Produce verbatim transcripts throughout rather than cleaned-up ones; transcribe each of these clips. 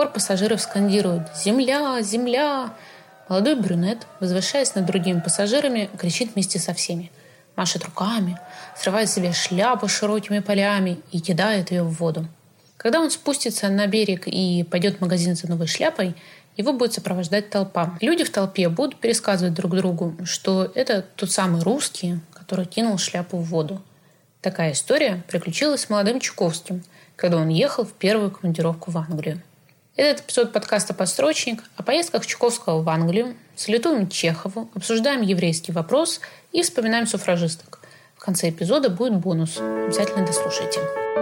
Хор пассажиров скандирует «Земля! Земля!». Молодой брюнет, возвышаясь над другими пассажирами, кричит вместе со всеми. Машет руками, срывает себе шляпу широкими полями и кидает ее в воду. Когда он спустится на берег и пойдет в магазин за новой шляпой, его будет сопровождать толпа. Люди в толпе будут пересказывать друг другу, что это тот самый русский, который кинул шляпу в воду. Такая история приключилась с молодым Чуковским, когда он ехал в первую командировку в Англию. Этот эпизод подкаста «Подстрочник» о поездках Чуковского в Англию. Салютуем Чехову, обсуждаем еврейский вопрос и вспоминаем суфражисток. В конце эпизода будет бонус. Обязательно дослушайте.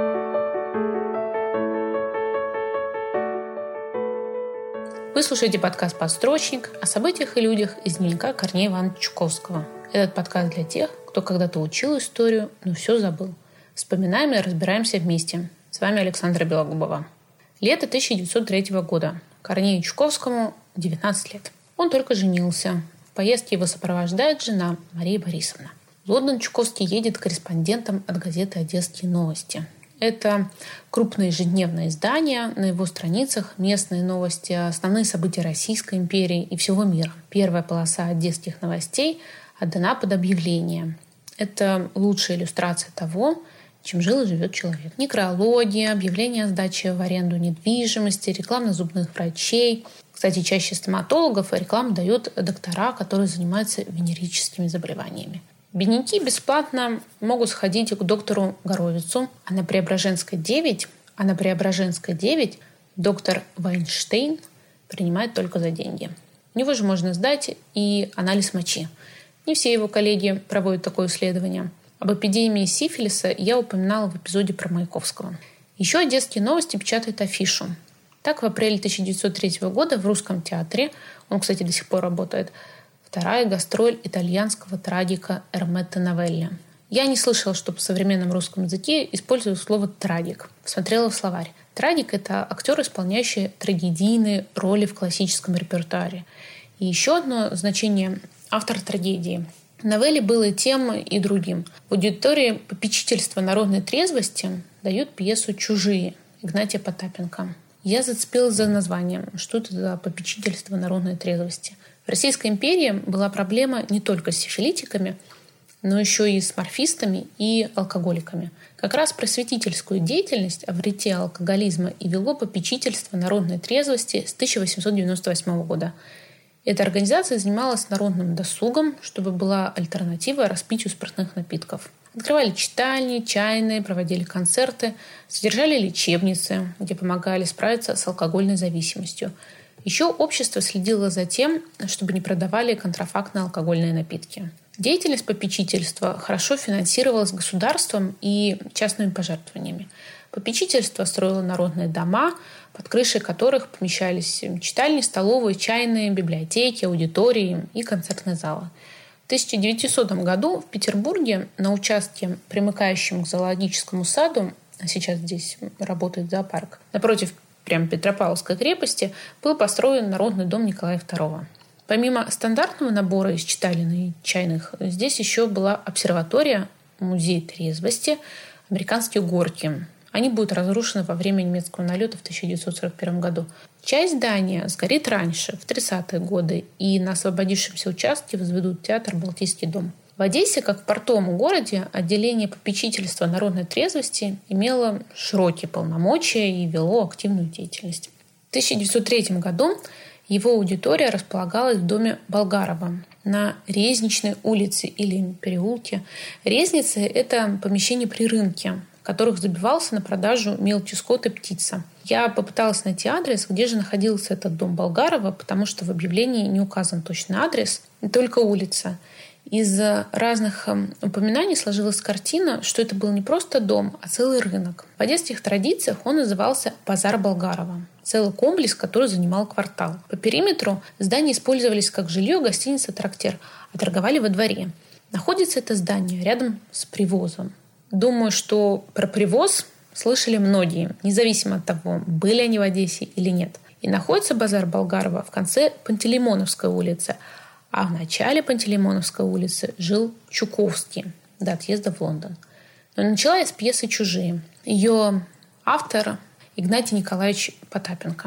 Вы слушаете подкаст «Подстрочник» о событиях и людях из дневника Корнея Ивановича Чуковского. Этот подкаст для тех, кто когда-то учил историю, но все забыл. Вспоминаем и разбираемся вместе. С вами Александра Белогубова. Лето тысяча девятьсот третьего года. Корнею Чуковскому девятнадцать лет. Он только женился. В поездке его сопровождает жена Мария Борисовна. В Лондон Чуковский едет корреспондентом от газеты «Одесские новости». Это крупное ежедневное издание. На его страницах местные новости, основные события Российской империи и всего мира. Первая полоса одесских новостей отдана под объявление. Это лучшая иллюстрация того, чем жил и живет человек. Некрология, объявления о сдаче в аренду недвижимости, реклама зубных врачей. Кстати, чаще стоматологов рекламу дают доктора, которые занимаются венерическими заболеваниями. Бедняки бесплатно могут сходить к доктору Горовицу, а на Преображенской девять, а на Преображенской девять доктор Вайнштейн принимает только за деньги. У него же можно сдать и анализ мочи. Не все его коллеги проводят такое исследование. Об эпидемии сифилиса я упоминала в эпизоде про Маяковского. Еще «Одесские новости» печатают афишу. Так, в апреле тысяча девятьсот третьего года в Русском театре, он, кстати, до сих пор работает, вторая гастроль итальянского трагика Эрметто Новелли. Я не слышала, что в современном русском языке используют слово «трагик». Смотрела в словарь. Трагик – это актер, исполняющий трагедийные роли в классическом репертуаре. И еще одно значение – автор трагедии. Новелле было и тем, и другим. В аудитории попечительства народной трезвости дают пьесу «Чужие» Игнатия Потапенко. Я зацепилась за названием. Что это за попечительство народной трезвости? В Российской империи была проблема не только с сифилитиками, но еще и с морфистами и алкоголиками. Как раз просветительскую деятельность о вреде алкоголизма и вело попечительство народной трезвости с тысяча восемьсот девяносто восьмого года. Эта организация занималась народным досугом, чтобы была альтернатива распитию спиртных напитков. Открывали читальни, чайные, проводили концерты, содержали лечебницы, где помогали справиться с алкогольной зависимостью. Еще общество следило за тем, чтобы не продавали контрафактные алкогольные напитки. Деятельность попечительства хорошо финансировалась государством и частными пожертвованиями. Попечительство строило народные дома, под крышей которых помещались читальни, столовые, чайные, библиотеки, аудитории и концертные залы. В тысяча девятисотом году в Петербурге на участке, примыкающем к зоологическому саду, а сейчас здесь работает зоопарк, напротив прямо Петропавловской крепости, был построен Народный дом Николая второго. Помимо стандартного набора из читален и чайных, здесь еще была обсерватория, музей трезвости, американские горки. Они будут разрушены во время немецкого налета в тысяча девятьсот сорок первом году. Часть здания сгорит раньше, в тридцатые годы, и на освободившемся участке возведут театр «Балтийский дом». В Одессе, как в портовом городе, отделение попечительства народной трезвости имело широкие полномочия и вело активную деятельность. В тысяча девятьсот третьем году его аудитория располагалась в доме Болгарова на Резничной улице или переулке. Резница – это помещение при рынке, в которых забивался на продажу мелкий скот и птица. Я попыталась найти адрес, где же находился этот дом Болгарова, потому что в объявлении не указан точный адрес, только улица. Из разных упоминаний сложилась картина, что это был не просто дом, а целый рынок. В одесских традициях он назывался «Базар Болгарова». Целый комплекс, который занимал квартал. По периметру здания использовались как жилье, гостиница, трактир, а торговали во дворе. Находится это здание рядом с привозом. Думаю, что про привоз слышали многие, независимо от того, были они в Одессе или нет. И находится базар Болгарова в конце Пантелеймоновской улицы, а в начале Пантелеймоновской улицы жил Чуковский до отъезда в Лондон. Но начала я с пьесы «Чужие». Ее автор Игнатий Николаевич Потапенко.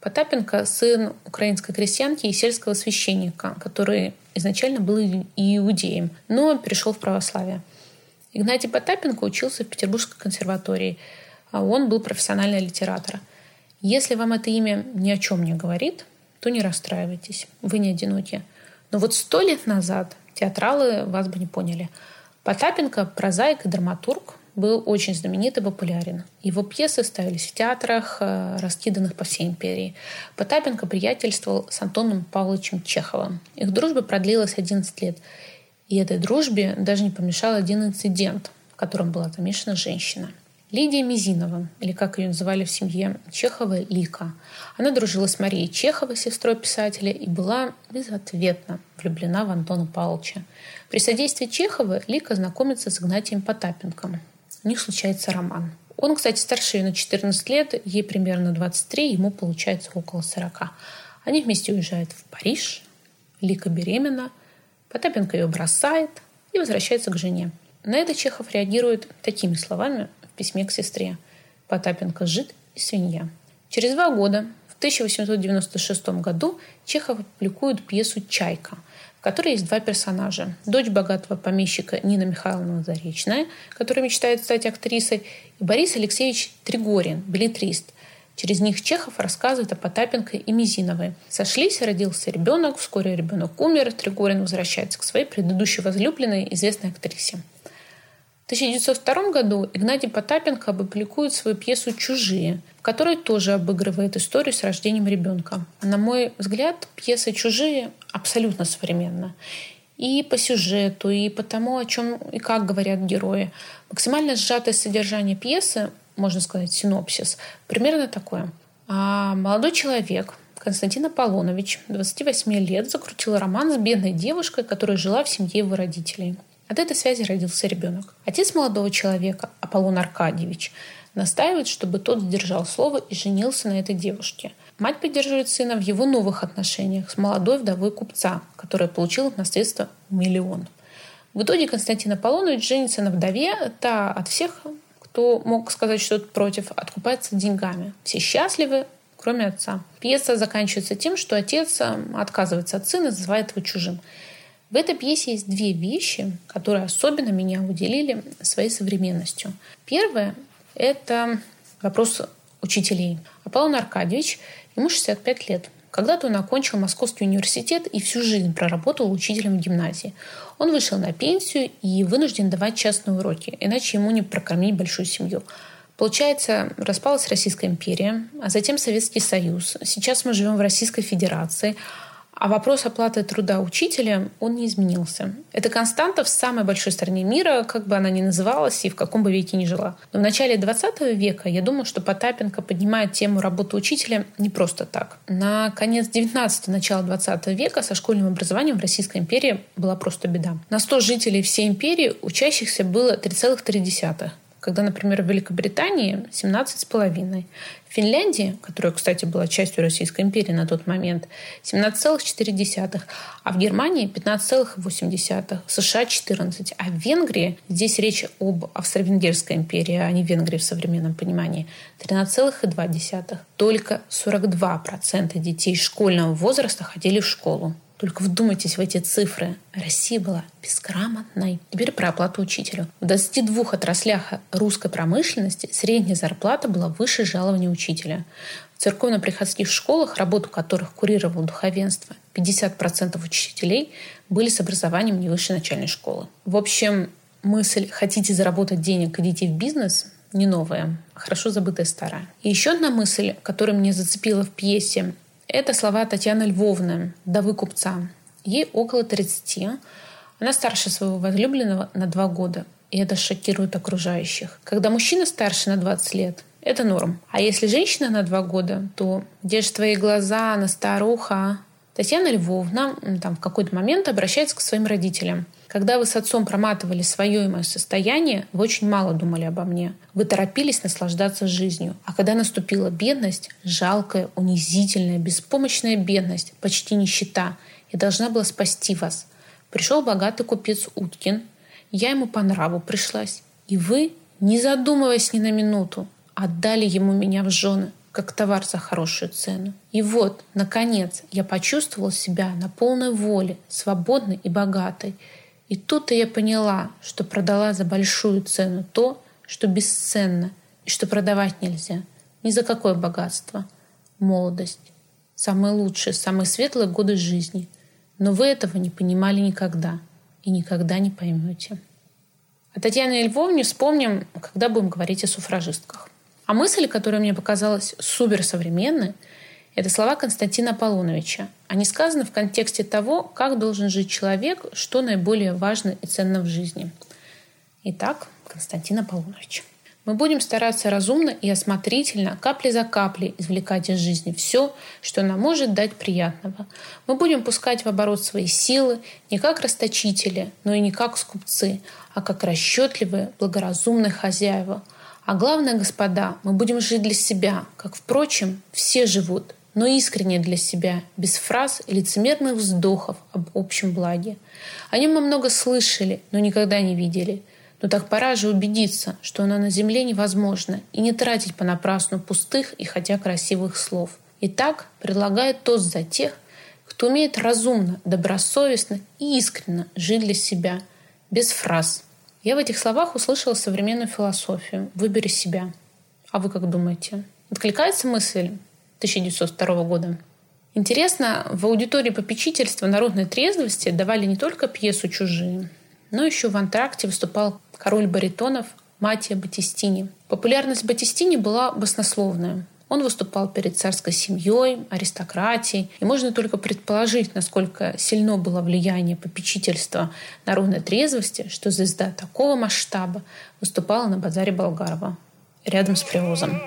Потапенко – сын украинской крестьянки и сельского священника, который изначально был иудеем, но перешел в православие. Игнатий Потапенко учился в Петербургской консерватории, а он был профессиональный литератор. Если вам это имя ни о чем не говорит, то не расстраивайтесь, вы не одиноки. Но вот сто лет назад театралы вас бы не поняли. Потапенко, прозаик и драматург, был очень знаменит и популярен. Его пьесы ставились в театрах, раскиданных по всей империи. Потапенко приятельствовал с Антоном Павловичем Чеховым. Их дружба продлилась одиннадцать лет. И этой дружбе даже не помешал один инцидент, в котором была замешана женщина. Лидия Мизинова, или как ее называли в семье Чехова, Лика. Она дружила с Марией Чеховой, сестрой писателя, и была безответно влюблена в Антона Павловича. При содействии Чехова Лика знакомится с Игнатием Потапенко. У них случается роман. Он, кстати, старше ее на четырнадцать лет, ей примерно двадцать три, ему получается около сорока. Они вместе уезжают в Париж, Лика беременна, Потапенко ее бросает и возвращается к жене. На это Чехов реагирует такими словами в письме к сестре: «Потапенко жид и свинья». Через два года, в тысяча восемьсот девяносто шестом году, Чехов публикует пьесу «Чайка», в которой есть два персонажа. Дочь богатого помещика Нина Михайловна Заречная, которая мечтает стать актрисой, и Борис Алексеевич Тригорин, беллетрист. Через них Чехов рассказывает о Потапенко и Мизиновой. Сошлись, родился ребенок, вскоре ребенок умер, Тригорин возвращается к своей предыдущей возлюбленной, известной актрисе. В тысяча девятьсот втором году Игнатий Потапенко опубликует свою пьесу «Чужие», в которой тоже обыгрывает историю с рождением ребенка. На мой взгляд, пьеса «Чужие» абсолютно современна. И по сюжету, и по тому, о чем и как говорят герои. Максимально сжатое содержание пьесы, можно сказать, синопсис, примерно такое. А молодой человек, Константин Аполлонович, двадцати восьми лет, закрутил роман с бедной девушкой, которая жила в семье его родителей. От этой связи родился ребенок. Отец молодого человека, Аполлон Аркадьевич, настаивает, чтобы тот сдержал слово и женился на этой девушке. Мать поддерживает сына в его новых отношениях с молодой вдовой купца, которая получила в наследство миллион. В итоге Константин Аполлонович женится на вдове, та от всех, кто мог сказать что-то против, откупается деньгами. Все счастливы, кроме отца. Пьеса заканчивается тем, что отец отказывается от сына, называет его чужим. В этой пьесе есть две вещи, которые особенно меня уделили своей современностью. Первое – это вопрос учителей. Аполлон Аркадьевич, ему шестьдесят пять лет. Когда-то он окончил Московский университет и всю жизнь проработал учителем в гимназии. Он вышел на пенсию и вынужден давать частные уроки, иначе ему не прокормить большую семью. Получается, распалась Российская империя, а затем Советский Союз. Сейчас мы живем в Российской Федерации. А вопрос оплаты труда учителя, он не изменился. Это константа в самой большой стране мира, как бы она ни называлась и в каком бы веке ни жила. Но в начале двадцатого века, я думаю, что Потапенко поднимает тему работы учителя не просто так. На конец девятнадцатого, начало двадцатого века со школьным образованием в Российской империи была просто беда. На сто жителей всей империи учащихся было три целых три десятых. Когда, например, в Великобритании семнадцать с половиной. В Финляндии, которая, кстати, была частью Российской империи на тот момент, семнадцать целых четыре десятых, а в Германии пятнадцать целых восемь десятых, в США четырнадцать, а в Венгрии, здесь речь об Австро-Венгерской империи, а не Венгрии в современном понимании, тринадцать целых два десятых. Только сорок два процента детей школьного возраста ходили в школу. Только вдумайтесь в эти цифры. Россия была безграмотной. Теперь про оплату учителю. В двадцати двух отраслях русской промышленности средняя зарплата была выше жалования учителя. В церковно-приходских школах, работу которых курировало духовенство, пятьдесят процентов учителей были с образованием не выше начальной школы. В общем, мысль «хотите заработать денег, идите в бизнес» не новая, а хорошо забытая старая. И еще одна мысль, которая меня зацепила в пьесе, это слова Татьяны Львовны, вдовы купца. Ей около тридцати. Она старше своего возлюбленного на два года. И это шокирует окружающих. Когда мужчина старше на двадцать лет, это норм. А если женщина на два года, то где же твои глаза, она старуха? Татьяна Львовна там, в какой-то момент обращается к своим родителям. Когда вы с отцом проматывали свое и мое состояние, вы очень мало думали обо мне. Вы торопились наслаждаться жизнью. А когда наступила бедность, жалкая, унизительная, беспомощная бедность, почти нищета, я должна была спасти вас. Пришел богатый купец Уткин. Я ему по нраву пришлась. И вы, не задумываясь ни на минуту, отдали ему меня в жены. как товар за хорошую цену. И вот, наконец, я почувствовала себя на полной воле, свободной и богатой. И тут-то я поняла, что продала за большую цену то, что бесценно, и что продавать нельзя. Ни за какое богатство. Молодость. Самые лучшие, самые светлые годы жизни. Но вы этого не понимали никогда. И никогда не поймете. О Татьяне Львовне вспомним, когда будем говорить о суфражистках. А мысль, которая мне показалась суперсовременной, это слова Константина Аполлоновича. Они сказаны в контексте того, как должен жить человек, что наиболее важно и ценно в жизни. Итак, Константин Аполлонович. Мы будем стараться разумно и осмотрительно, капли за каплей, извлекать из жизни все, что нам может дать приятного. Мы будем пускать в оборот свои силы не как расточители, но и не как скупцы, а как расчетливые, благоразумные хозяева. А главное, господа, мы будем жить для себя, как, впрочем, все живут, но искренне для себя, без фраз и лицемерных вздохов об общем благе. О нем мы много слышали, но никогда не видели. Но так пора же убедиться, что оно на земле невозможно, и не тратить понапрасну пустых и хотя красивых слов. Итак, предлагаю тост за тех, кто умеет разумно, добросовестно и искренне жить для себя, без фраз. Я в этих словах услышала современную философию «Выбери себя». А вы как думаете? Откликается мысль тысяча девятьсот второго года? Интересно, в аудитории попечительства народной трезвости давали не только пьесу «Чужие», но еще в антракте выступал король баритонов Маттио Баттистини. Популярность Баттистини была баснословная. Он выступал перед царской семьей, аристократией, и можно только предположить, насколько сильно было влияние попечительства народной трезвости, что звезда такого масштаба выступала на базаре Болгарова рядом с привозом.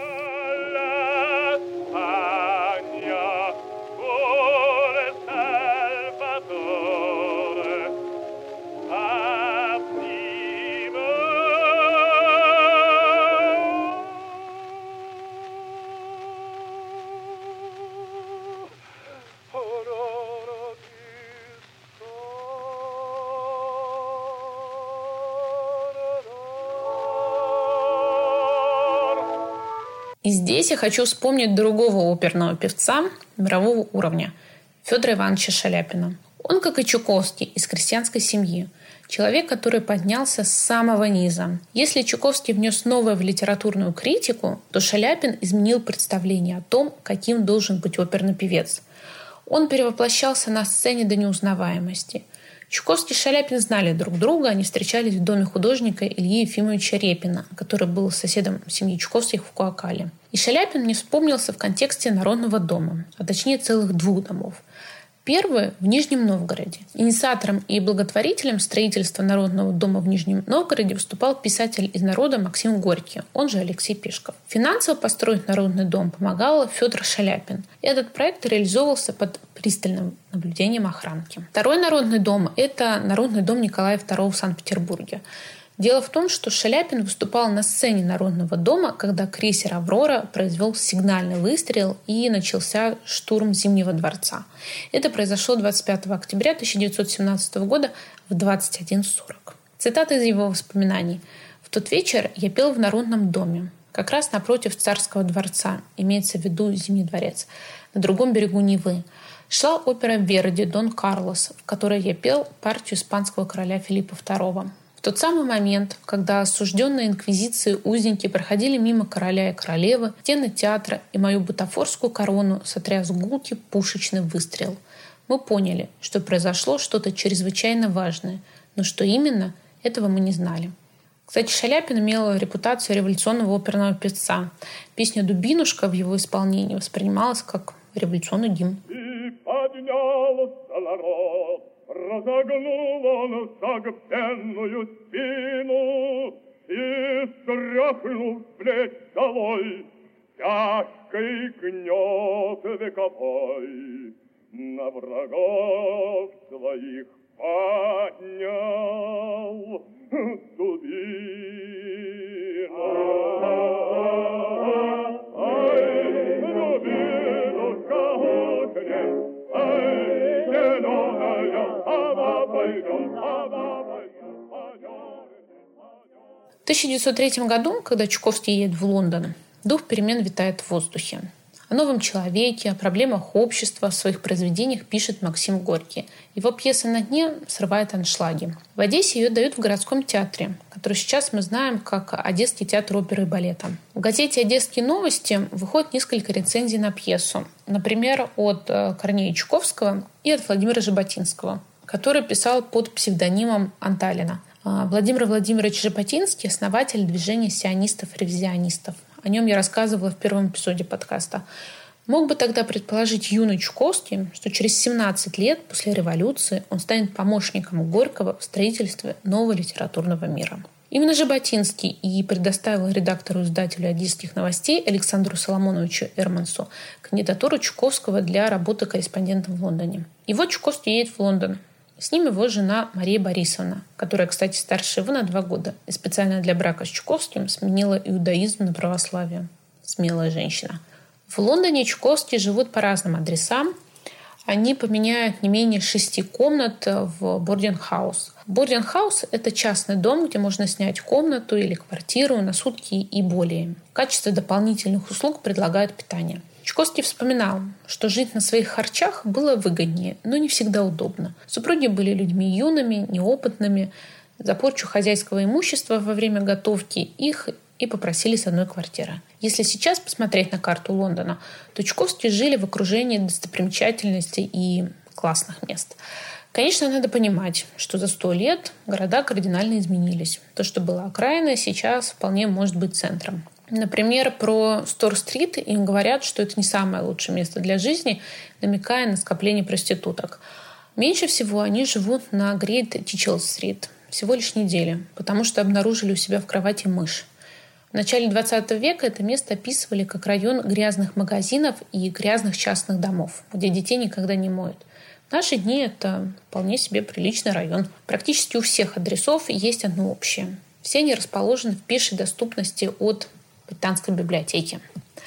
И здесь я хочу вспомнить другого оперного певца мирового уровня – Федора Ивановича Шаляпина. Он, как и Чуковский, из крестьянской семьи. Человек, который поднялся с самого низа. Если Чуковский внес новое в литературную критику, то Шаляпин изменил представление о том, каким должен быть оперный певец. Он перевоплощался на сцене до неузнаваемости. Чуковский и Шаляпин знали друг друга, они встречались в доме художника Ильи Ефимовича Репина, который был соседом семьи Чуковских в Куакале. И Шаляпин не вспомнился в контексте Народного дома, а точнее целых двух домов. Первый в Нижнем Новгороде. Инициатором и благотворителем строительства Народного дома в Нижнем Новгороде выступал писатель из народа Максим Горький, он же Алексей Пешков. Финансово построить Народный дом помогал Федор Шаляпин. Этот проект реализовывался под пристальным наблюдением охранки. Второй Народный дом – это Народный дом Николая второго в Санкт-Петербурге. Дело в том, что Шаляпин выступал на сцене Народного дома, когда крейсер «Аврора» произвел сигнальный выстрел и начался штурм Зимнего дворца. Это произошло двадцать пятого октября тысяча девятьсот семнадцатого года в двадцать один сорок. Цитата из его воспоминаний. «В тот вечер я пел в Народном доме, как раз напротив Царского дворца, имеется в виду Зимний дворец, на другом берегу Невы. Шла опера Верди «Дон Карлос», в которой я пел партию испанского короля Филиппа второго. В тот самый момент, когда осужденные инквизицией узники проходили мимо короля и королевы, стены театра и мою бутафорскую корону сотряс гулкий пушечный выстрел. Мы поняли, что произошло что-то чрезвычайно важное, но что именно, этого мы не знали». Кстати, Шаляпин имел репутацию революционного оперного певца. Песня «Дубинушка» в его исполнении воспринималась как революционный гимн. Разогнул он согбенную спину и стряхнул с плеч долой тяжкий гнет вековой, на врагов своих поднял дубину. Ай, дубинушка утнет, ай, зеленая, ава пойдем, ава пойдем, пойдем. В тысяча девятьсот третьем году, когда Чуковский едет в Лондон, дух перемен витает в воздухе. О новом человеке, о проблемах общества в своих произведениях пишет Максим Горький. Его пьеса «На дне» срывает аншлаги. В Одессе ее дают в городском театре, который сейчас мы знаем как Одесский театр оперы и балета. В газете «Одесские новости» выходит несколько рецензий на пьесу. Например, от Корнея Чуковского и от Владимира Жаботинского, который писал под псевдонимом Анталина. Владимир Владимирович Жаботинский – основатель движения сионистов-ревизионистов. О нем я рассказывала в первом эпизоде подкаста. Мог бы тогда предположить юный Чуковский, что через семнадцать лет после революции он станет помощником Горького в строительстве нового литературного мира. Именно Жаботинский и предоставил редактору-издателю «Одесских новостей» Александру Соломоновичу Эрмансу кандидатуру Чуковского для работы корреспондентом в Лондоне. И вот Чуковский едет в Лондон. С ним его жена Мария Борисовна, которая, кстати, старше его на два года, и специально для брака с Чуковским сменила иудаизм на православие. Смелая женщина. В Лондоне Чуковские живут по разным адресам. Они поменяют не менее шести комнат в бординг-хаус. Бординг-хаус – это частный дом, где можно снять комнату или квартиру на сутки и более. В качестве дополнительных услуг предлагают питание. Чуковский вспоминал, что жить на своих харчах было выгоднее, но не всегда удобно. Супруги были людьми юными, неопытными. За порчу хозяйского имущества во время готовки их и попросили с одной квартиры. Если сейчас посмотреть на карту Лондона, то Чуковские жили в окружении достопримечательностей и классных мест. Конечно, надо понимать, что за сто лет города кардинально изменились. То, что было окраиной, сейчас вполне может быть центром. Например, про Стор-стрит им говорят, что это не самое лучшее место для жизни, намекая на скопление проституток. Меньше всего они живут на Грейт Тичелл-стрит всего лишь недели, потому что обнаружили у себя в кровати мышь. В начале двадцатого века это место описывали как район грязных магазинов и грязных частных домов, где детей никогда не моют. В наши дни это вполне себе приличный район. Практически у всех адресов есть одно общее. Все они расположены в пешей доступности от Британской библиотеки.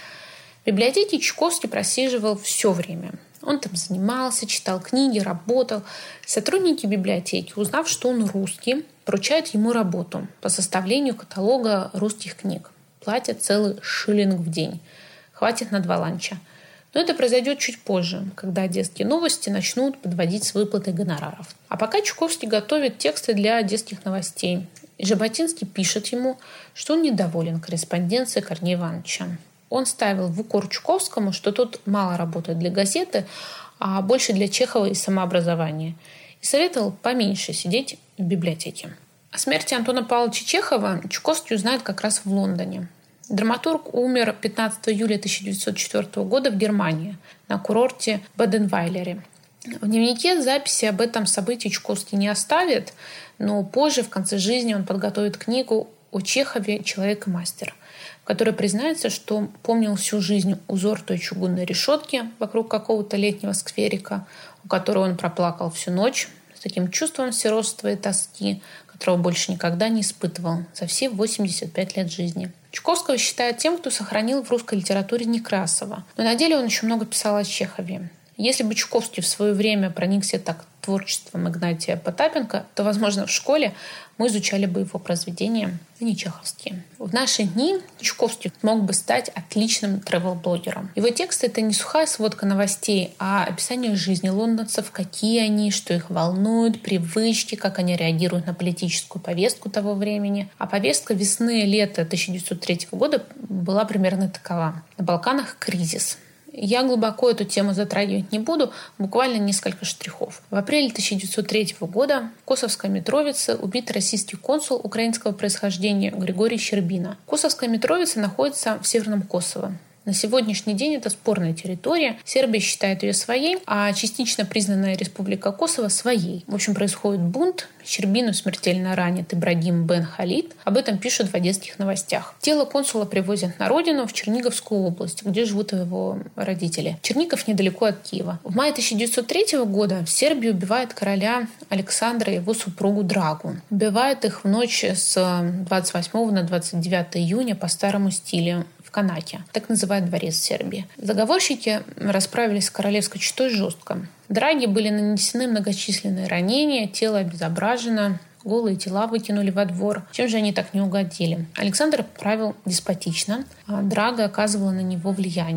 В библиотеке Чуковский просиживал все время. Он там занимался, читал книги, работал. Сотрудники библиотеки, узнав, что он русский, поручают ему работу по составлению каталога русских книг. Платят целый шиллинг в день. Хватит на два ланча. Но это произойдет чуть позже, когда «Одесские новости» начнут подводить с выплатой гонораров. А пока Чуковский готовит тексты для «Одесских новостей». И Жаботинский пишет ему, что он недоволен корреспонденцией Корнея Ивановича. Он ставил в укор Чуковскому, что тот мало работает для газеты, а больше для Чехова и самообразования. И советовал поменьше сидеть в библиотеке. О смерти Антона Павловича Чехова Чуковский узнает как раз в Лондоне. Драматург умер пятнадцатого июля тысяча девятьсот четвёртого года в Германии на курорте Баденвайлере. В дневнике записи об этом событии Чуковский не оставит, но позже, в конце жизни, он подготовит книгу о Чехове «Человек и мастер», в которой признается, что помнил всю жизнь узор той чугунной решетки вокруг какого-то летнего скверика, у которого он проплакал всю ночь с таким чувством сиротства и тоски, которого больше никогда не испытывал за все восемьдесят пять лет жизни. Чуковского считают тем, кто сохранил в русской литературе Некрасова, но на деле он еще много писал о Чехове. Если бы Чуковский в свое время проникся так творчеством Игнатия Потапенко, то, возможно, в школе мы изучали бы его произведения, а не чеховские. В наши дни Чуковский мог бы стать отличным тревел-блогером. Его тексты — это не сухая сводка новостей, а описание жизни лондонцев, какие они, что их волнует, привычки, как они реагируют на политическую повестку того времени. А повестка весны-лета тысяча девятьсот третьего года была примерно такова. На Балканах кризис. Я глубоко эту тему затрагивать не буду, буквально несколько штрихов. В апреле тысяча девятьсот третьего года в Косовской Митровице убит российский консул украинского происхождения Григорий Щербина. Косовская Митровица находится в Северном Косово. На сегодняшний день это спорная территория. Сербия считает ее своей, а частично признанная Республика Косово своей. В общем, происходит бунт. Щербину смертельно ранит Ибрагим Бен Халид. Об этом пишут в Одесских новостях. Тело консула привозят на родину, в Черниговскую область, где живут его родители. Чернигов недалеко от Киева. В мае тысяча девятьсот третьего года в Сербии убивают короля Александра и его супругу Драгу. Убивают их в ночь с двадцать восьмого на двадцать девятое июня по старому стилю. В Канаке, так называют дворец Сербии. Заговорщики расправились с королевской четой жестко. Драге были нанесены многочисленные ранения, тело обезображено, голые тела выкинули во двор. Чем же они так не угодили? Александр правил деспотично, а Драга оказывала на него влияние.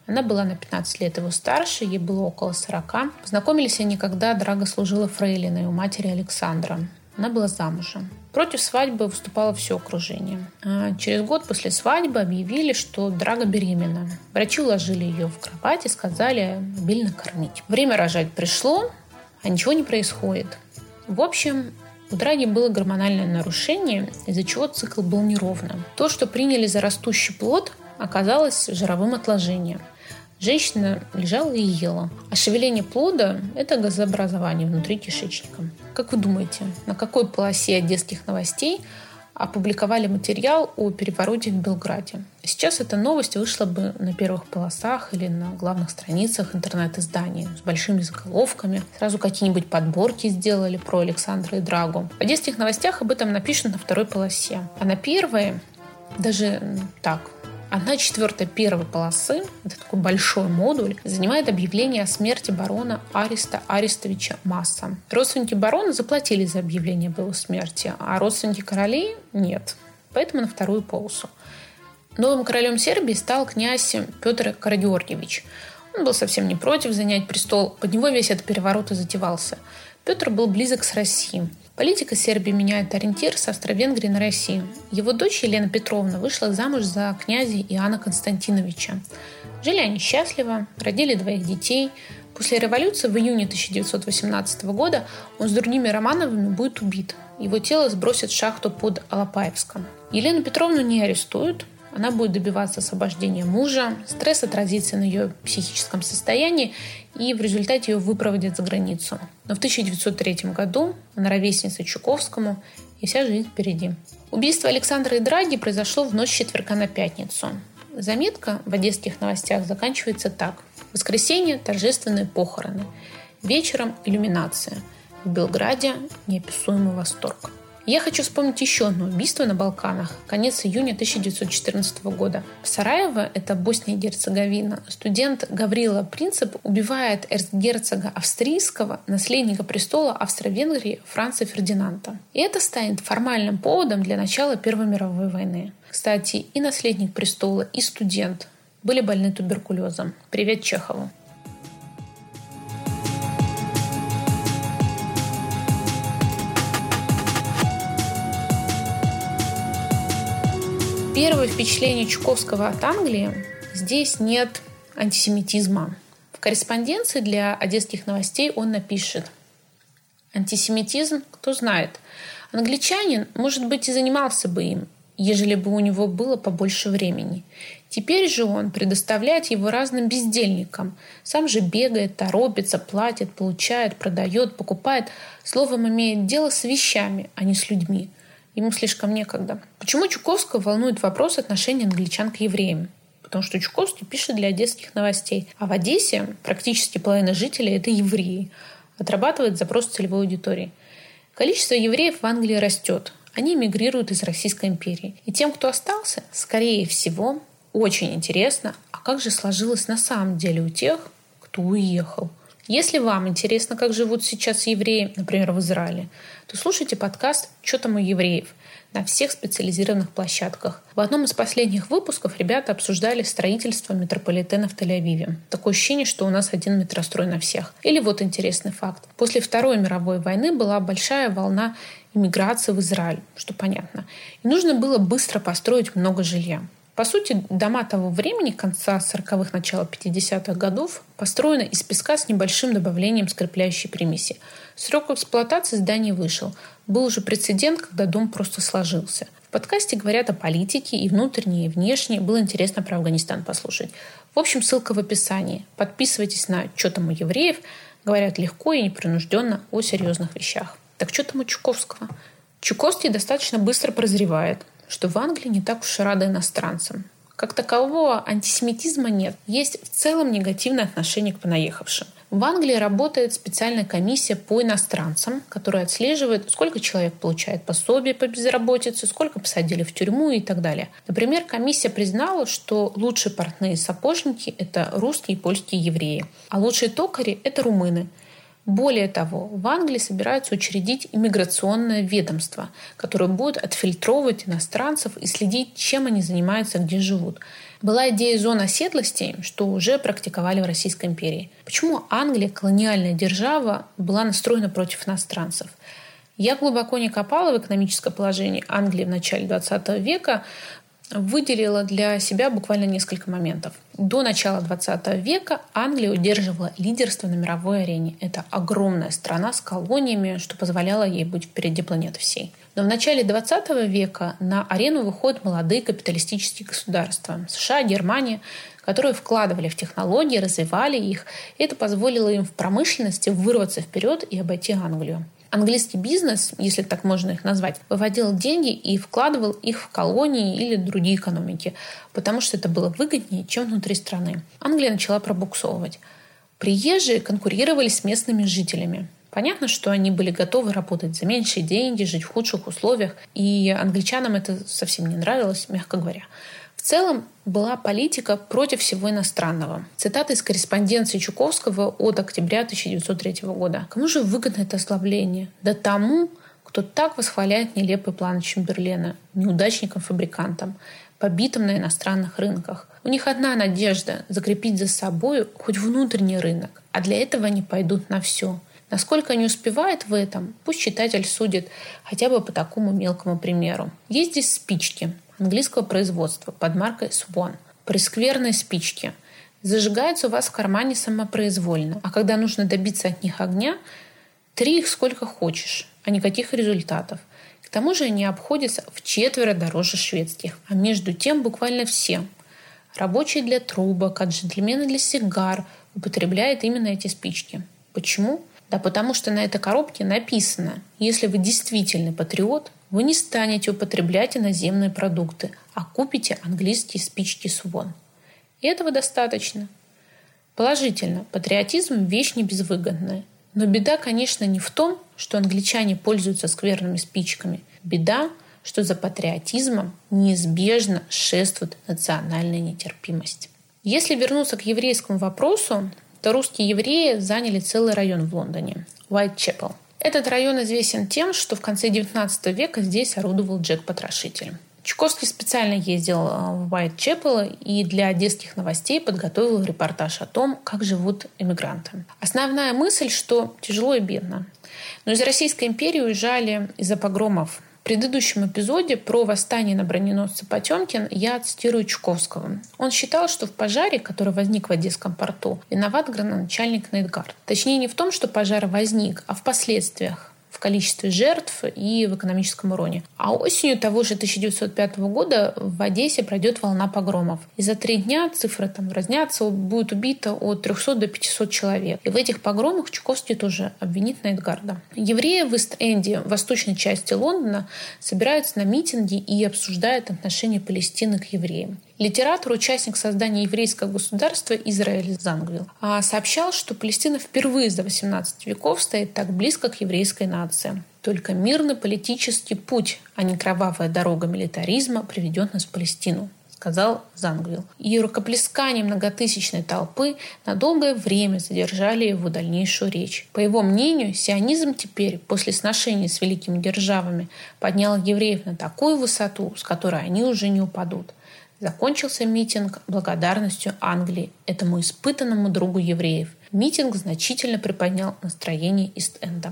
Она была на пятнадцать лет его старше, ей было около сорока. Познакомились они, когда Драга служила фрейлиной у матери Александра. Она была замужем. Против свадьбы выступало все окружение. А через год после свадьбы объявили, что Драга беременна. Врачи уложили ее в кровать и сказали обильно кормить. Время рожать пришло, а ничего не происходит. В общем, у Драги было гормональное нарушение, из-за чего цикл был неровным. То, что приняли за растущий плод, оказалось жировым отложением. Женщина лежала и ела. А шевеление плода – это газообразование внутри кишечника. Как вы думаете, на какой полосе одесских новостей опубликовали материал о перевороте в Белграде? Сейчас эта новость вышла бы на первых полосах или на главных страницах интернет-изданий с большими заголовками. Сразу какие-нибудь подборки сделали про Александра и Драгу. В одесских новостях об этом напишут на второй полосе. А на первой даже так – Одна четвертая первой полосы, это такой большой модуль, занимает объявление о смерти барона Ариста Аристовича Масса. Родственники барона заплатили за объявление об его смерти, а родственники королей – нет. Поэтому на вторую полосу. Новым королем Сербии стал князь Петр Карагеоргиевич. Он был совсем не против занять престол, под него весь этот переворот и затевался. Петр был близок с Россией. Политика Сербии меняет ориентир с Австро-Венгрии на Россию. Его дочь Елена Петровна вышла замуж за князя Иоанна Константиновича. Жили они счастливо, родили двоих детей. После революции в июне тысяча девятьсот восемнадцатого года он с другими Романовыми будет убит. Его тело сбросят в шахту под Алапаевском. Елену Петровну не арестуют. Она будет добиваться освобождения мужа, стресс отразится на ее психическом состоянии, и в результате ее выпроводят за границу. Но в тысяча девятьсот третьем году она ровесница Чуковскому, и вся жизнь впереди. Убийство Александра и Драги произошло в ночь с четверга на пятницу. Заметка в одесских новостях заканчивается так. В воскресенье торжественные похороны. Вечером иллюминация. В Белграде неописуемый восторг. Я хочу вспомнить еще одно убийство на Балканах. Конец июня тысяча девятьсот четырнадцатого года. В Сараево, это Босния и Герцеговина, студент Гаврила Принцип убивает эрцгерцога австрийского, наследника престола Австро-Венгрии Франца Фердинанда. И это станет формальным поводом для начала Первой мировой войны. Кстати, и наследник престола, и студент были больны туберкулезом. Привет Чехову. Первое впечатление Чуковского от Англии – здесь нет антисемитизма. В корреспонденции для одесских новостей он напишет: «Антисемитизм, кто знает. Англичанин, может быть, и занимался бы им, ежели бы у него было побольше времени. Теперь же он предоставляет его разным бездельникам. Сам же бегает, торопится, платит, получает, продает, покупает. Словом, имеет дело с вещами, а не с людьми. Ему слишком некогда». Почему Чуковского волнует вопрос отношения англичан к евреям? Потому что Чуковский пишет для одесских новостей. А в Одессе практически половина жителей – это евреи. Отрабатывает запрос целевой аудитории. Количество евреев в Англии растет. Они эмигрируют из Российской империи. И тем, кто остался, скорее всего, очень интересно, а как же сложилось на самом деле у тех, кто уехал. Если вам интересно, как живут сейчас евреи, например, в Израиле, то слушайте подкаст «Чё там у евреев» на всех специализированных площадках. В одном из последних выпусков ребята обсуждали строительство метрополитена в Тель-Авиве. Такое ощущение, что у нас один метрострой на всех. Или вот интересный факт. После Второй мировой войны была большая волна иммиграции в Израиль, что понятно. И нужно было быстро построить много жилья. По сути, дома того времени, конца сороковых, начала пятидесятых годов, построены из песка с небольшим добавлением скрепляющей примеси. Срок эксплуатации зданий вышел. Был уже прецедент, когда дом просто сложился. В подкасте говорят о политике и внутренней, и внешней. Было интересно про Афганистан послушать. В общем, ссылка в описании. Подписывайтесь на «Чё там у евреев». Говорят легко и непринужденно о серьезных вещах. Так что там у Чуковского? Чуковский достаточно быстро прозревает, что в Англии не так уж и рады иностранцам. Как такового антисемитизма нет. Есть в целом негативное отношение к понаехавшим. В Англии работает специальная комиссия по иностранцам, которая отслеживает, сколько человек получает пособие по безработице, сколько посадили в тюрьму и так далее. Например, комиссия признала, что лучшие портные и сапожники – это русские и польские евреи, а лучшие токари – это румыны. Более того, в Англии собираются учредить иммиграционное ведомство, которое будет отфильтровывать иностранцев и следить, чем они занимаются, где живут. Была идея зон оседлости, что уже практиковали в Российской империи. Почему Англия, колониальная держава, была настроена против иностранцев? Я глубоко не копала в экономическое положение Англии в начале двадцатого века, выделила для себя буквально несколько моментов. До начала двадцатого века Англия удерживала лидерство на мировой арене. Это огромная страна с колониями, что позволяло ей быть впереди планеты всей. Но в начале двадцатого века на арену выходят молодые капиталистические государства – США, Германия, которые вкладывали в технологии, развивали их. И это позволило им в промышленности вырваться вперед и обойти Англию. Английский бизнес, если так можно их назвать, выводил деньги и вкладывал их в колонии или другие экономики, потому что это было выгоднее, чем внутри страны. Англия начала пробуксовывать. Приезжие конкурировали с местными жителями. Понятно, что они были готовы работать за меньшие деньги, жить в худших условиях, и англичанам это совсем не нравилось, мягко говоря. В целом была политика против всего иностранного. Цитата из корреспонденции Чуковского от октября тысяча девятьсот третьего года. «Кому же выгодно это ослабление? Да тому, кто так восхваляет нелепые планы Чемберлена, неудачникам-фабрикантам, побитым на иностранных рынках. У них одна надежда – закрепить за собой хоть внутренний рынок, а для этого они пойдут на все. Насколько они успевают в этом, пусть читатель судит хотя бы по такому мелкому примеру. Есть здесь спички английского производства под маркой Swan. Прескверные спички. Зажигаются у вас в кармане самопроизвольно, а когда нужно добиться от них огня, три их сколько хочешь, а никаких результатов. К тому же они обходятся в четверо дороже шведских, а между тем буквально все. Рабочие для трубок, а джентльмены для сигар употребляют именно эти спички. Почему? Да потому что на этой коробке написано: если вы действительный патриот, вы не станете употреблять иноземные продукты, а купите английские спички Swan. И этого достаточно. Положительно, патриотизм – вещь не безвыгодная. Но беда, конечно, не в том, что англичане пользуются скверными спичками. Беда, что за патриотизмом неизбежно шествует национальная нетерпимость. Если вернуться к еврейскому вопросу, то русские евреи заняли целый район в Лондоне – Уайтчепел. Этот район известен тем, что в конце девятнадцатого века здесь орудовал Джек-потрошитель. Чуковский специально ездил в Уайтчепел и для одесских новостей подготовил репортаж о том, как живут эмигранты. Основная мысль, что тяжело и бедно. Но из Российской империи уезжали из-за погромов. В предыдущем эпизоде про восстание на броненосце Потемкин я цитирую Чуковского. Он считал, что в пожаре, который возник в Одесском порту, виноват градоначальник Нейтгард. Точнее, не в том, что пожар возник, а в последствиях, в количестве жертв и в экономическом уроне. А осенью того же тысяча девятьсот пятого года в Одессе пройдет волна погромов. И за три дня цифры там разнятся, будет убито от трехсот до пятисот человек. И в этих погромах Чуковский тоже обвинит Нейтгарда. Евреи в Ист-Энде, в восточной части Лондона, собираются на митинги и обсуждают отношение Палестины к евреям. Литератор, участник создания еврейского государства Израиль Зангвилл, сообщал, что Палестина впервые за восемнадцать веков стоит так близко к еврейской нации. Только мирный политический путь, а не кровавая дорога милитаризма приведет нас в Палестину, сказал Зангвилл. И рукоплескания многотысячной толпы на долгое время задержали его дальнейшую речь. По его мнению, сионизм теперь, после сношения с великими державами, поднял евреев на такую высоту, с которой они уже не упадут. Закончился митинг благодарностью Англии, этому испытанному другу евреев. Митинг значительно приподнял настроение Ист-Энда.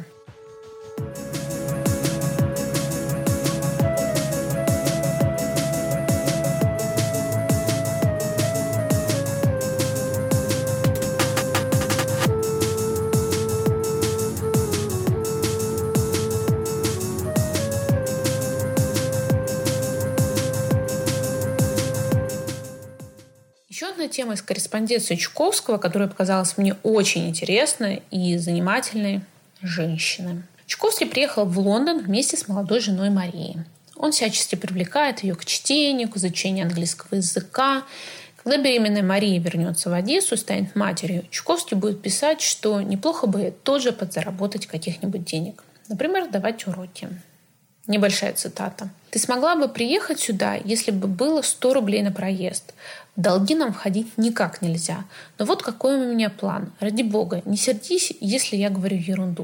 Еще одна тема из корреспонденции Чуковского, которая показалась мне очень интересной и занимательной – женщины. Чуковский приехал в Лондон вместе с молодой женой Марией. Он всячески привлекает ее к чтению, к изучению английского языка. Когда беременная Мария вернется в Одессу и станет матерью, Чуковский будет писать, что неплохо бы тоже подзаработать каких-нибудь денег. Например, давать уроки. Небольшая цитата. «Ты смогла бы приехать сюда, если бы было сто рублей на проезд. В долги нам входить никак нельзя. Но вот какой у меня план. Ради бога, не сердись, если я говорю ерунду.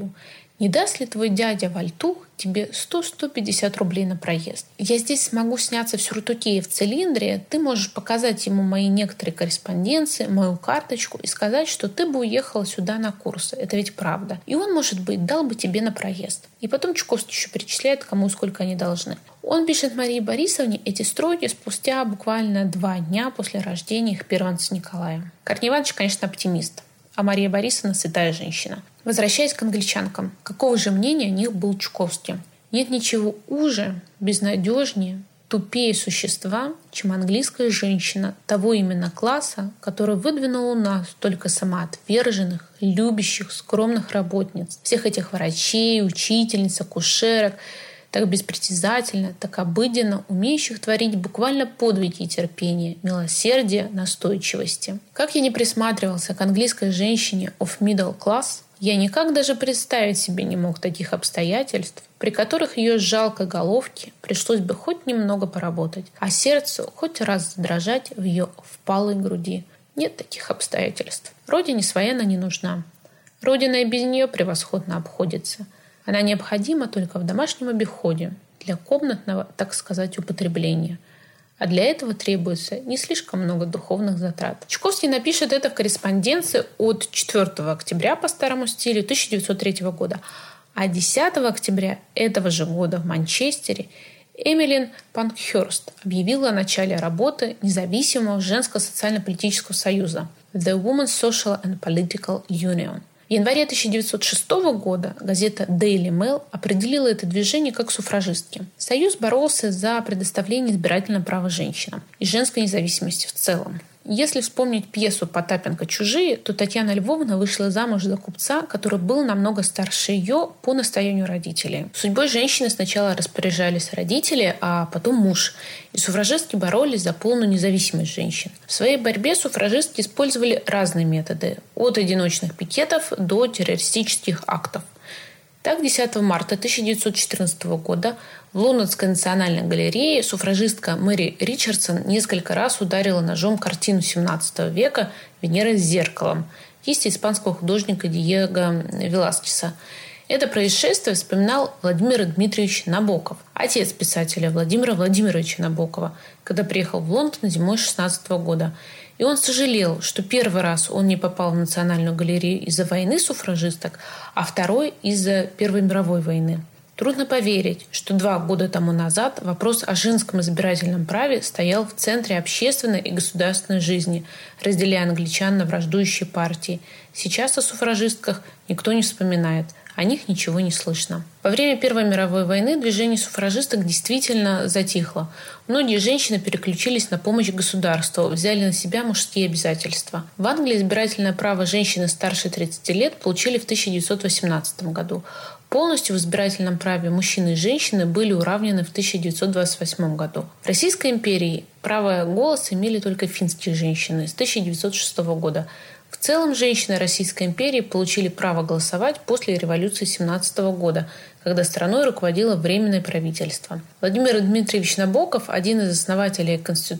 Не даст ли твой дядя Вальтух тебе сто - сто пятьдесят рублей на проезд? Я здесь смогу сняться в сюртуке и в цилиндре, ты можешь показать ему мои некоторые корреспонденции, мою карточку и сказать, что ты бы уехала сюда на курсы. Это ведь правда. И он, может быть, дал бы тебе на проезд. И потом Чуковский еще перечисляет, кому сколько они должны. Он пишет Марии Борисовне эти строки спустя буквально два дня после рождения их первенца Николая. Корней Иванович, конечно, оптимист. А Мария Борисовна – святая женщина. Возвращаясь к англичанкам, какого же мнения о них был Чуковский? Нет ничего уже, безнадежнее, тупее существа, чем английская женщина того именно класса, который выдвинул у нас только самоотверженных, любящих, скромных работниц. Всех этих врачей, учительниц, акушерок, так беспритязательно, так обыденно, умеющих творить буквально подвиги терпения, милосердия, настойчивости. Как я не присматривался к английской женщине of middle class, я никак даже представить себе не мог таких обстоятельств, при которых ее жалкой головке пришлось бы хоть немного поработать, а сердцу хоть раз задрожать в ее впалой груди. Нет таких обстоятельств. Родине своя она не нужна. Родина и без нее превосходно обходится. Она необходима только в домашнем обиходе, для комнатного, так сказать, употребления. А для этого требуется не слишком много духовных затрат. Чуковский напишет это в корреспонденции от четвёртого октября по старому стилю тысяча девятьсот третьего года. А десятого октября этого же года в Манчестере Эмилин Панкхёрст объявила о начале работы независимого женского социально-политического союза The Women's Social and Political Union. В январе тысяча девятьсот шестого года газета Daily Mail определила это движение как суфражистки. Союз боролся за предоставление избирательного права женщинам и женской независимости в целом. Если вспомнить пьесу Потапенко «Чужие», то Татьяна Львовна вышла замуж за купца, который был намного старше ее по настоянию родителей. Судьбой женщины сначала распоряжались родители, а потом муж. И суфражистки боролись за полную независимость женщин. В своей борьбе суфражистки использовали разные методы, от одиночных пикетов до террористических актов. Так, десятого марта тысяча девятьсот четырнадцатого года в Лондонской национальной галерее суфражистка Мэри Ричардсон несколько раз ударила ножом картину семнадцатого века «Венера с зеркалом» кисти испанского художника Диего Веласкеса. Это происшествие вспоминал Владимир Дмитриевич Набоков, отец писателя Владимира Владимировича Набокова, когда приехал в Лондон зимой шестнадцатого года. И он сожалел, что первый раз он не попал в Национальную галерею из-за войны суфражисток, а второй из-за Первой мировой войны. Трудно поверить, что два года тому назад вопрос о женском избирательном праве стоял в центре общественной и государственной жизни, разделяя англичан на враждующие партии. Сейчас о суфражистках никто не вспоминает, о них ничего не слышно. Во время Первой мировой войны движение суфражисток действительно затихло. Многие женщины переключились на помощь государству, взяли на себя мужские обязательства. В Англии избирательное право женщины старше тридцати лет получили в тысяча девятьсот восемнадцатом году. Полностью в избирательном праве мужчины и женщины были уравнены в тысяча девятьсот двадцать восьмом году. В Российской империи право голоса имели только финские женщины с тысяча девятьсот шестого года. В целом женщины Российской империи получили право голосовать после революции семнадцатого года, когда страной руководило Временное правительство. Владимир Дмитриевич Набоков, один из основателей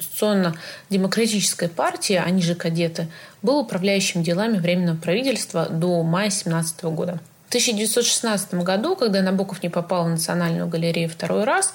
Конституционно-демократической партии, они же кадеты, был управляющим делами Временного правительства до мая семнадцатого года. В тысяча девятьсот шестнадцатом году, когда Набоков не попал в Национальную галерею второй раз,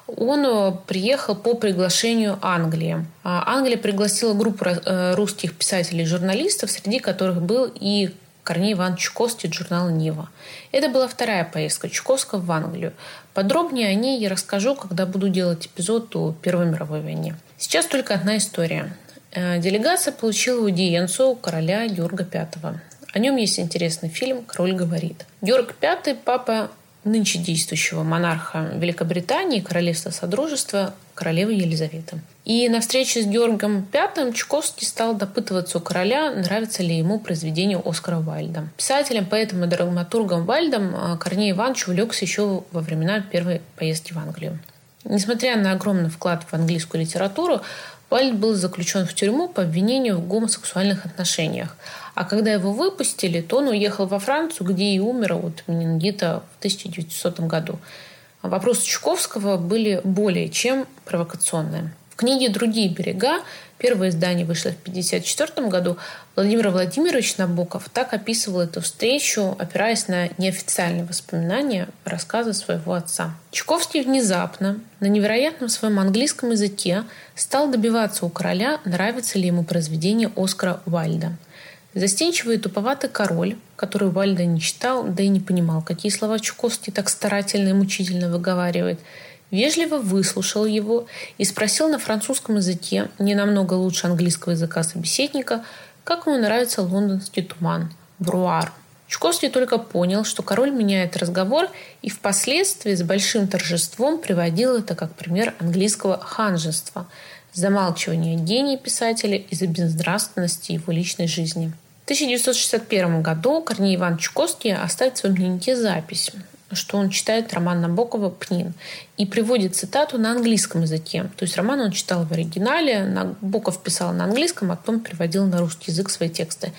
он приехал по приглашению Англии. Англия пригласила группу русских писателей и журналистов, среди которых был и Корней Иванович Чуковский из журнала «Нива». Это была вторая поездка Чуковского в Англию. Подробнее о ней я расскажу, когда буду делать эпизод о Первой мировой войне. Сейчас только одна история. Делегация получила аудиенцию у короля Георга Пятого. О нем есть интересный фильм «Король говорит». Георг Пятый – папа нынче действующего монарха Великобритании и Королевства Содружества королевы Елизаветы. И на встрече с Георгом Пятым Чуковский стал допытываться у короля, нравится ли ему произведение Оскара Уайльда. Писателем, поэтом и драматургом Уайльдом Корней Иванович увлекся еще во времена первой поездки в Англию. Несмотря на огромный вклад в английскую литературу, Уайльд был заключен в тюрьму по обвинению в гомосексуальных отношениях. А когда его выпустили, то он уехал во Францию, где и умер от менингита в тысяча девятисотом году. Вопросы Чуковского были более чем провокационные. В книге «Другие берега», первое издание вышло в тысяча девятьсот пятьдесят четвёртом году, Владимир Владимирович Набоков так описывал эту встречу, опираясь на неофициальные воспоминания рассказа своего отца. Чуковский внезапно, на невероятном своем английском языке, стал добиваться у короля, нравится ли ему произведение Оскара Уайльда. Застенчивый и туповатый король, который Уайльда не читал, да и не понимал, какие слова Чуковский так старательно и мучительно выговаривает, вежливо выслушал его и спросил на французском языке, не намного лучше английского языка собеседника, как ему нравится лондонский туман – бруар. Чуковский только понял, что король меняет разговор, и впоследствии с большим торжеством приводил это как пример английского ханжества – замалчивания гения писателя из-за безнравственности его личной жизни. В тысяча девятьсот шестьдесят первом году Корней Иванович Чуковский оставит в своем дневнике запись, что он читает роман Набокова «Пнин» и приводит цитату на английском языке. То есть роман он читал в оригинале, Набоков писал на английском, а потом переводил на русский язык свои тексты,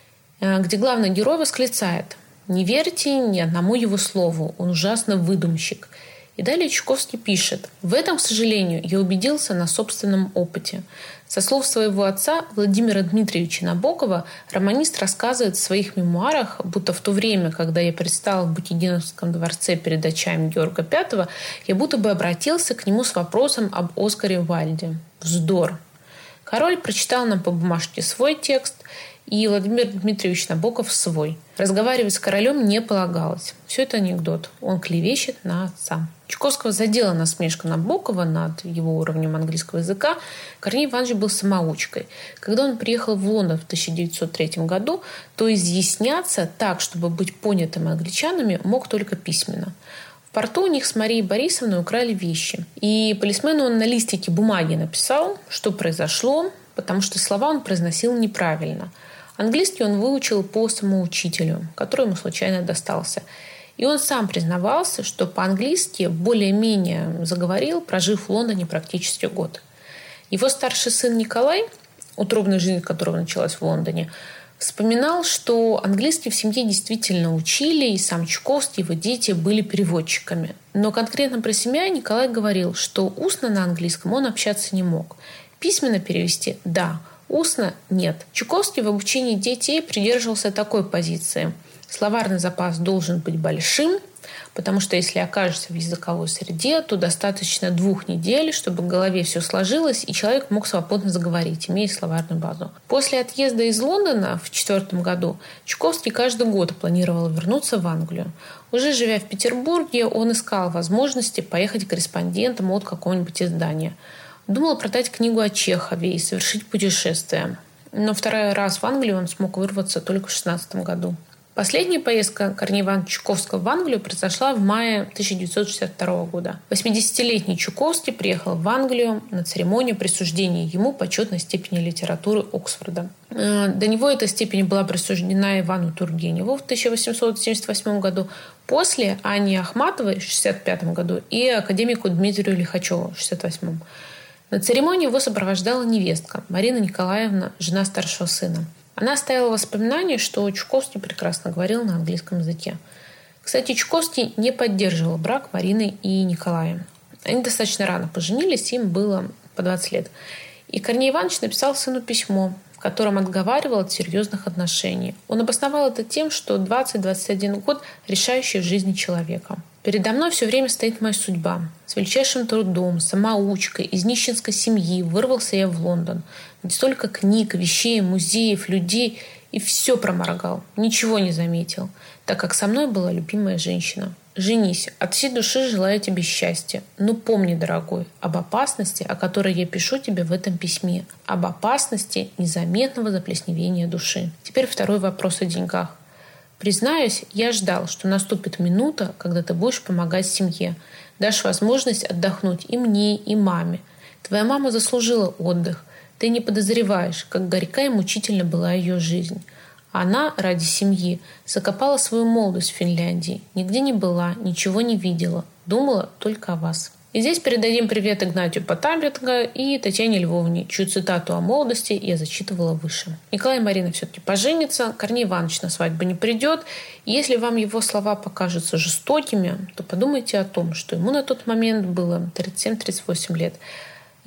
где главный герой восклицает: «Не верьте ни одному его слову, он ужасно выдумщик». И далее Чуковский пишет: «В этом, к сожалению, я убедился на собственном опыте. Со слов своего отца Владимира Дмитриевича Набокова, романист рассказывает в своих мемуарах, будто в то время, когда я предстал в Букингемском дворце перед очами Георга Пятого, я будто бы обратился к нему с вопросом об Оскаре Уайльде. Вздор. Король прочитал нам по бумажке свой текст, и Владимир Дмитриевич Набоков свой. Разговаривать с королем не полагалось. Все это анекдот. Он клевещет на отца». Чуковского задела насмешка Набокова над его уровнем английского языка. Корней Иванович был самоучкой. Когда он приехал в Лондон в тысяча девятьсот третьем году, то изъясняться так, чтобы быть понятым англичанами, мог только письменно. В порту у них с Марией Борисовной украли вещи. И полисмену он на листике бумаги написал, что произошло, потому что слова он произносил неправильно. Английский он выучил по самоучителю, который ему случайно достался. И он сам признавался, что по-английски более-менее заговорил, прожив в Лондоне практически год. Его старший сын Николай, утробная жизнь которого началась в Лондоне, вспоминал, что английский в семье действительно учили, и сам Чуковский, его дети были переводчиками. Но конкретно про себя Николай говорил, что устно на английском он общаться не мог. Письменно перевести – да, устно – нет. Чуковский в обучении детей придерживался такой позиции. Словарный запас должен быть большим, потому что если окажешься в языковой среде, то достаточно двух недель, чтобы в голове все сложилось, и человек мог свободно заговорить, имея словарную базу. После отъезда из Лондона в четвертом году Чуковский каждый год планировал вернуться в Англию. Уже живя в Петербурге, он искал возможности поехать корреспондентом от какого-нибудь издания. Думал продать книгу о Чехове и совершить путешествие. Но второй раз в Англию он смог вырваться только в шестнадцатом году. Последняя поездка Корнея Ивановича Чуковского в Англию произошла в мае тысяча девятьсот шестьдесят второго года. восьмидесятилетний Чуковский приехал в Англию на церемонию присуждения ему почетной степени литературы Оксфорда. До него эта степень была присуждена Ивану Тургеневу в тысяча восемьсот семьдесят восьмом году, после Анне Ахматовой в шестьдесят пятом году и академику Дмитрию Лихачеву в шестьдесят восьмом. На церемонии его сопровождала невестка Марина Николаевна, жена старшего сына. Она оставила воспоминание, что Чуковский прекрасно говорил на английском языке. Кстати, Чуковский не поддерживал брак Марины и Николая. Они достаточно рано поженились, им было по двадцать лет. И Корней Иванович написал сыну письмо, в котором отговаривал от серьезных отношений. Он обосновал это тем, что двадцать-двадцать один год – решающий в жизни человека. «Передо мной все время стоит моя судьба. С величайшим трудом, самоучкой, из нищенской семьи вырвался я в Лондон, где столько книг, вещей, музеев, людей, и все проморгал, ничего не заметил, так как со мной была любимая женщина. Женись, от всей души желаю тебе счастья. Но помни, дорогой, об опасности, о которой я пишу тебе в этом письме, об опасности незаметного заплесневения души». Теперь второй вопрос о деньгах. «Признаюсь, я ждал, что наступит минута, когда ты будешь помогать семье, дашь возможность отдохнуть и мне, и маме. Твоя мама заслужила отдых. Ты не подозреваешь, как горька и мучительна была ее жизнь. Она ради семьи закопала свою молодость в Финляндии, нигде не была, ничего не видела, думала только о вас». И здесь передадим привет Игнатию Потапенко и Татьяне Львовне, чью цитату о молодости я зачитывала выше. Николай и Марина все-таки поженятся, Корней Иванович на свадьбу не придет. И если вам его слова покажутся жестокими, то подумайте о том, что ему на тот момент было тридцать семь - тридцать восемь лет.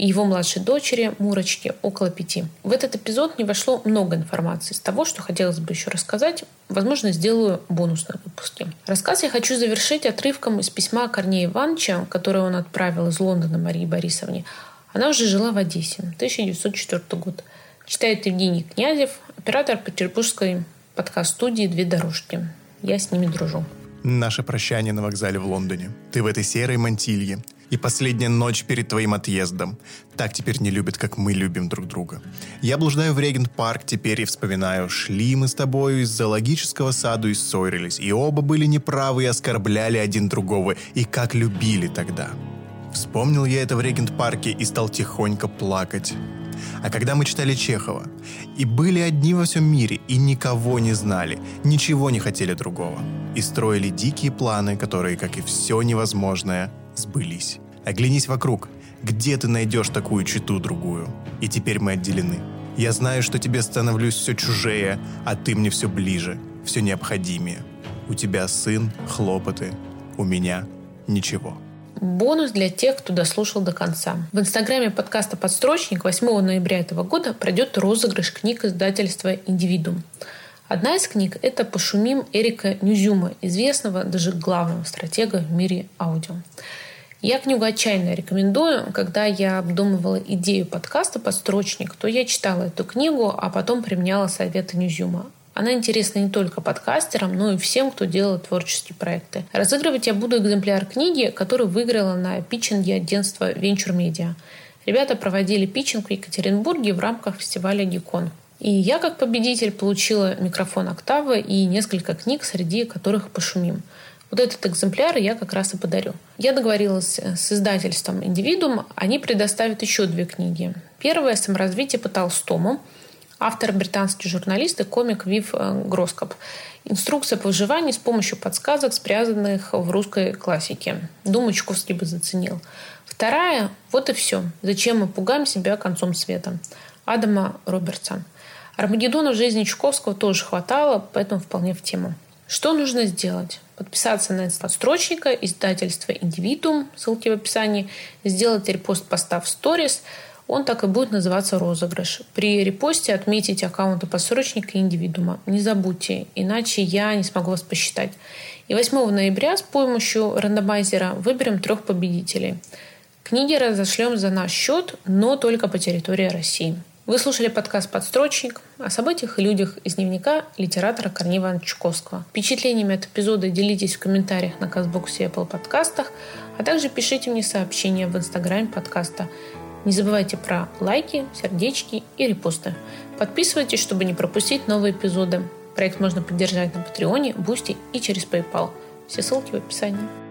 и его младшей дочери Мурочке около пяти. В этот эпизод не вошло много информации из того, что хотелось бы еще рассказать. Возможно, сделаю бонусные выпуски. Рассказ я хочу завершить отрывком из письма Корнея Ивановича, которое он отправил из Лондона Марии Борисовне. Она уже жила в Одессе, тысяча девятьсот четвёртый год. Читает Евгений Князев, оператор петербургской подкаст-студии «Две дорожки». Я с ними дружу. Наше прощание на вокзале в Лондоне. Ты в этой серой мантилье. И последняя ночь перед твоим отъездом. Так теперь не любят, как мы любим друг друга. Я блуждаю в Регент-парк теперь и вспоминаю. Шли мы с тобою из зоологического саду и ссорились. И оба были неправы и оскорбляли один другого. И как любили тогда. Вспомнил я это в Регент-парке и стал тихонько плакать. А когда мы читали Чехова, и были одни во всем мире, и никого не знали, ничего не хотели другого, и строили дикие планы, которые, как и все невозможное, сбылись. Оглянись вокруг, где ты найдешь такую чету другую? И теперь мы отделены. Я знаю, что тебе становлюсь все чужее, а ты мне все ближе, все необходимее. У тебя сын, хлопоты, у меня ничего. Бонус для тех, кто дослушал до конца. В инстаграме подкаста «Подстрочник» восьмого ноября этого года пройдет розыгрыш книг издательства «Индивидуум». Одна из книг – это «Пошумим» Эрика Ньюзюма, известного даже главного стратега в мире аудио. Я книгу отчаянно рекомендую. Когда я обдумывала идею подкаста «Подстрочник», то я читала эту книгу, а потом применяла советы Ньюзюма. Она интересна не только подкастерам, но и всем, кто делает творческие проекты. Разыгрывать я буду экземпляр книги, который выиграла на питчинге агентства Venture Media. Ребята проводили питчинг в Екатеринбурге в рамках фестиваля Гикон. И я, как победитель, получила микрофон «Октава» и несколько книг, среди которых «Пошумим». Вот этот экземпляр я как раз и подарю. Я договорилась с издательством «Индивидуум». Они предоставят еще две книги. Первая – «Саморазвитие по Толстому». Автор британский журналист и комик Вив Гроскоп. Инструкция по выживанию с помощью подсказок, спрятанных в русской классике. Думаю, Чуковский бы заценил. Вторая – «Вот и все. Зачем мы пугаем себя концом света» Адама Робертса. Армагеддона в жизни Чуковского тоже хватало, поэтому вполне в тему. Что нужно сделать? Подписаться на подстрочника, издательство «Индивидуум», ссылки в описании, сделать репост поста в сторис. Он так и будет называться «Розыгрыш». При репосте отметить аккаунты подстрочника и «Индивидуума». Не забудьте, иначе я не смогу вас посчитать. И восьмого ноября с помощью рандомайзера выберем трех победителей. Книги разошлем за наш счет, но только по территории России. Вы слушали подкаст «Подстрочник» о событиях и людях из дневника литератора Корнея Ивановича Чуковского. Впечатлениями от эпизода делитесь в комментариях на Кастбоксе и Apple подкастах, а также пишите мне сообщения в инстаграме подкаста. Не забывайте про лайки, сердечки и репосты. Подписывайтесь, чтобы не пропустить новые эпизоды. Проект можно поддержать на Патреоне, Бусти и через PayPal. Все ссылки в описании.